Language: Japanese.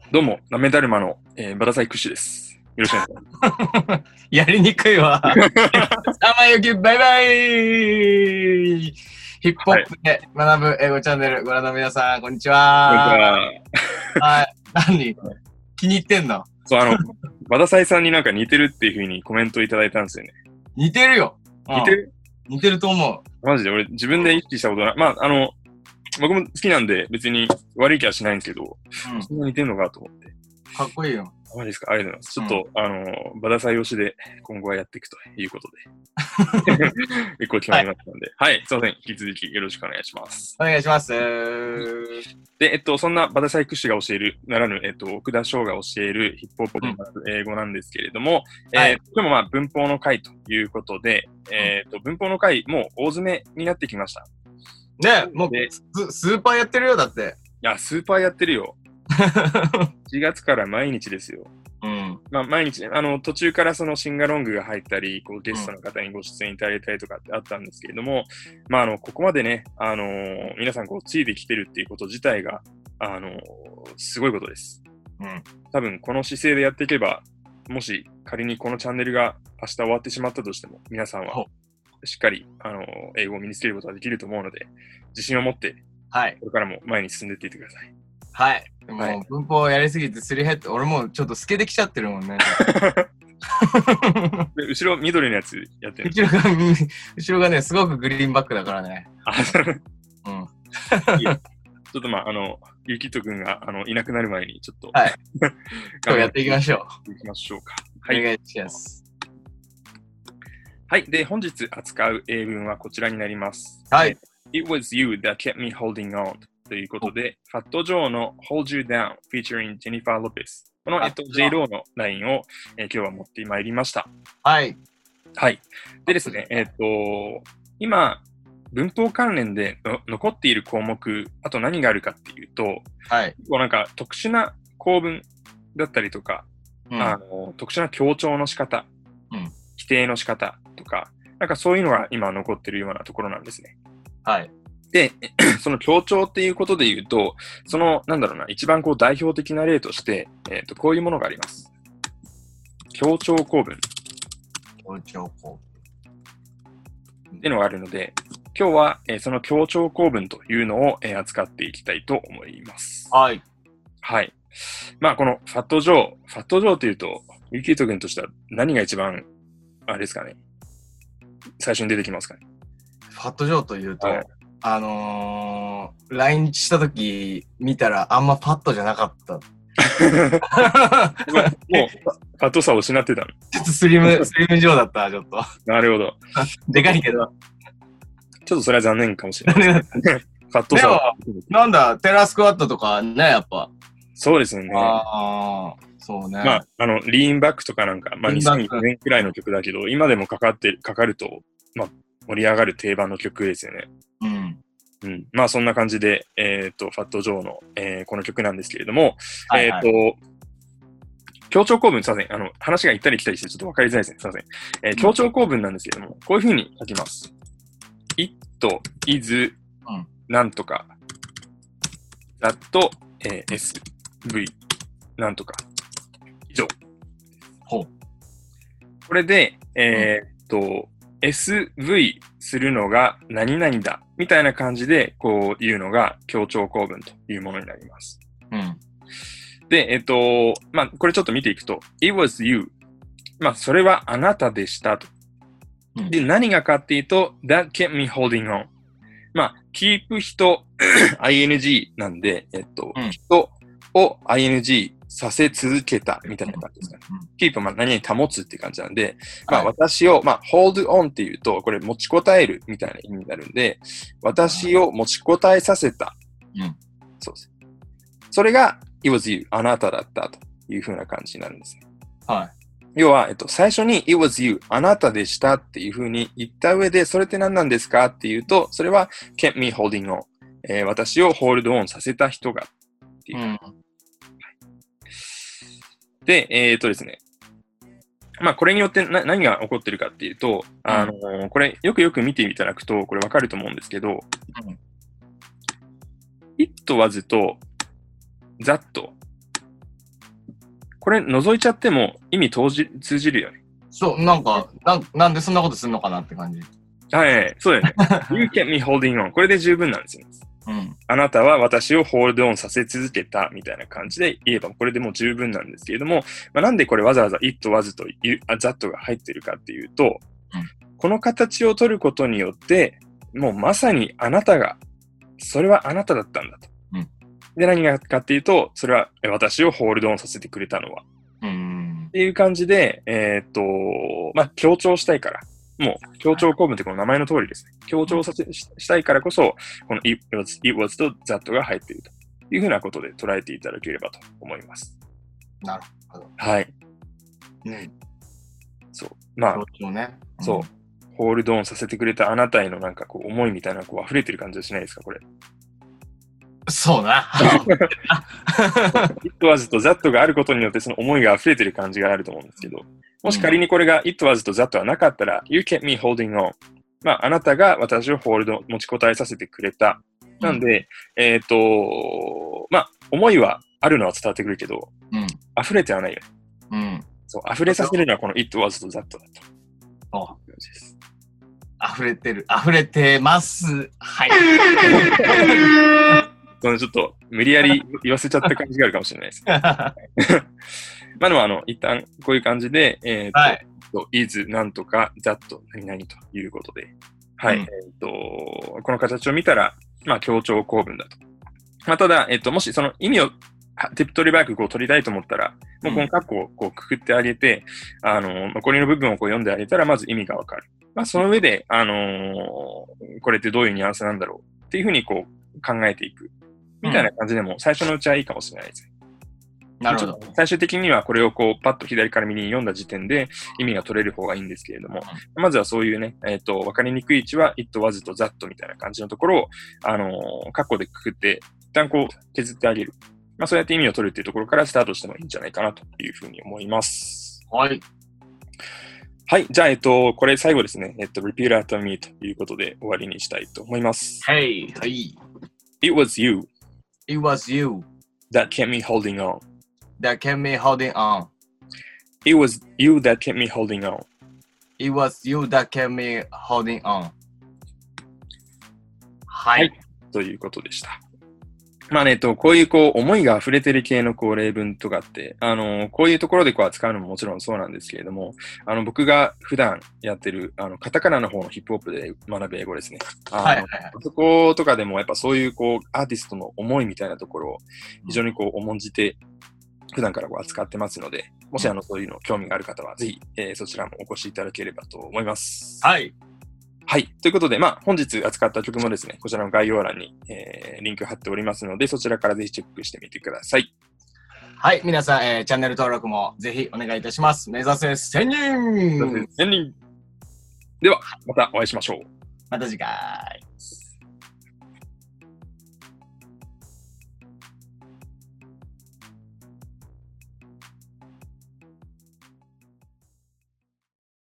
どうも、なめだるまの、バタサイクッシュです。よろしくお願いします。 やりにくいわ。生ゆき、バイバイ。ヒップホはい。 ップで学ぶ英語チャンネルご覧の皆さん、こんにちこんにちは。 は。 はい。何気に入ってんの？ そう、バタサイさんになんか似てるっていう風にコメントいただいたんですよね。 似てるよ。 似てる？ 似てると思マジで俺自分で意識したことない。まあ、僕も好きなんで別に悪い気はしないんですけど、 う。 そんな似てんのかと思って。 かっこいいよ。 マジですか？ありがとうございます。ちょっと、バタサイ推しで今後はやっていくということで。一個決まりましたので。はい。すいません。引き続きよろしくお願いします。 お願いします。 で、そんなバタサイクッシュが教える、ならぬ、奥田翔が教えるヒップホップで学ぶ英語なんですけれども、今日もまあ文法の回ということで、文法の回もう大詰めになってきました。 ね、もうスーパーやってるよ、だって。 いや、スーパーやってるよ。4月から毎日ですよ。 うん。 まあ、毎日、途中からそのシンガロングが入ったり、こうゲストの方にご出演いただいたりとかってあったんですけれども、まあ、ここまでね、皆さんこうついてきてるっていうこと自体が、すごいことです。 うん。 多分この姿勢でやっていけば、もし仮にこのチャンネルが明日終わってしまったとしても、皆さんはしっかり、英語を身につけることができると思うので、自信を持って、 はい。 これからも前に進んでいっていってください。 はい。もう文法やりすぎてすり減って、俺もうちょっと透けてきちゃってるもんね。 で後ろ緑のやつやってる。 後ろがね、すごくグリーンバックだからね。うん。 ちょっとまあ、ゆきとくんが、いなくなる前に、ちょっと、 はい。今日やっていきましょう。いきましょうか。 はい。お願いします。 はい。で、本日扱う英文はこちらになります。 はい。 It was you that kept me holding on ということで、ファット・ジョーの Hold You Down featuring Jennifer Lopez。この、J ローのラインを、今日は持ってまいりました。 はい。 はい。でですね、今、文法関連で残っている項目、あと何があるかっていうと、 はい。 なんか特殊な構文だったりとか、特殊な強調の仕方、否定の仕方とか、なんかそういうのが今残っているようなところなんですね。 はい。 で、その強調っていうことで言うと、その、なんだろうな、一番こう代表的な例として、こういうものがあります。強調構文。 強調構文。 っていうのがあるので、今日は、その強調構文というのを、扱っていきたいと思います。 はい。 はい。まあ、このファットジョーというと、ゆきとくんとしては何が一番、あれですかね、最初に出てきますかね。 ファットジョーというと、 はい、 来日した時見たらあんまファットじゃなかった。もうファットさを失ってたの。 ちょっとスリムジョーだった、ちょっと。 なるほど。 でかいけど。 ちょっとそれは残念かもしれない。ファットさを。なんだ、テラスクワットとかね、やっぱ。 そうですよね。 そうね。 まあ、リーンバックとかなんか、まあ、2004年くらいの曲だけど、今でもかかると、まあ、盛り上がる定番の曲ですよね。うん。まあ、そんな感じで、ファットジョーの、この曲なんですけれども、強調構文、すいません。話が行ったり来たりしてちょっとわかりづらいですね。すいません。強調構文なんですけれども、こういう風に書きます。it, is, なんとか、that, SV、なんとか、以上。 これで、SV するのが何々だ、みたいな感じで、こういうのが強調構文というものになります。で、まあ、これちょっと見ていくと、it was you。まあ、それはあなたでしたと。で、何がかっていうと、that kept me holding on。まあ、keep 人、ing なんで、人を ing させ続けたみたいな感じですかね。keep は何々保つっていう感じなんで、まあ、私を、まあ、hold on っていうと、これ持ちこたえるみたいな意味になるんで、私を持ちこたえさせた。そうです。それが、it was you、あなただったという風な感じになるんですね。 はい。 要は、最初に it was you、あなたでしたっていう風に言った上で、それって何なんですかっていうと、それは kept me holding on、私を hold on させた人がっていう。で、ですね。まあ、これによって何が起こってるかっていうと、これよく見ていただくと、これわかると思うんですけど、it was と that これ覗いちゃっても意味通じるよね。 そう、なんでそんなことするのかなって感じ。 はい、そうだよね。You kept me holding on. これで十分なんですよ。 うん。 あなたは私をホールドオンさせ続けたみたいな感じで言えばこれでもう十分なんですけれども、なんでこれわざわざ it was とthat が入ってるかっていうと、この形を取ることによって、もうまさにあなたが、それはあなただったんだと。で、何がかっていうと、それは私をホールドオンさせてくれたのは。っていう感じで、強調したいから。もう、強調構文ってこの名前の通りですね。強調したいからこそ、この it was と that が入っているというふうなことで捉えていただければと思います。 なるほど。 はい。そう。強調ね。 そう。ホールドオンさせてくれたあなたへのなんかこう思いみたいな溢れてる感じはしないですか、これ。 そうな。 it was と that があることによってその思いが溢れてる感じがあると思うんですけど、もし仮にこれが it was と that はなかったら、you kept me holding on。あなたが私をホールド持ちこたえさせてくれた。なんで、思いはあるのは伝わってくるけど、溢れてはないよね。そう、溢れさせるのはこの it was と that だと。 溢れてる。溢れてます。はい。 ちょっと無理やり言わせちゃった感じがあるかもしれないです。でも一旦こういう感じで、is なんとか that 何々ということで、はい、この形を見たら、強調構文だと。ただ、もしその意味を手っ取り早く取りたいと思ったら、もうこの括弧をくくってあげて、残りの部分を読んであげたら、まず意味がわかる。その上で、これってどういうニュアンスなんだろうっていうふうに考えていく。みたいな感じでも、最初のうちはいいかもしれないですね。 なるほど。 最終的にはこれをパッと左から右に読んだ時点で意味が取れる方がいいんですけれども、まずはそういうね、わかりにくい位置は it was と that みたいな感じのところを、括弧でくくって、一旦削ってあげる。そうやって意味を取るっていうところからスタートしてもいいんじゃないかなというふうに思います。 はい。 はい。じゃあ、これ最後ですね。repeat after me ということで終わりにしたいと思います。 はい。はい。 It was you. It was you. That kept me holding on. That kept me holding on. It was you that kept me holding on. It was you that kept me holding on. はい。 ということでした。こういう思いが溢れてる系の例文とかって、こういうところで扱うのももちろんそうなんですけれども、僕が普段やってる、カタカナの方のヒップホップで学ぶ英語ですね。そことかでもやっぱそういうアーティストの思いみたいなところを非常に重んじて、普段から扱ってますので、もしそういうの興味がある方は、ぜひ、そちらもお越しいただければと思います。 はい。 はい。ということで、本日扱った曲もですね、こちらの概要欄に、リンク貼っておりますので、そちらからぜひチェックしてみてください。 はい。皆さん、チャンネル登録もぜひお願いいたします。目指せ1000人 !1000 人では、またお会いしましょう。 また次回。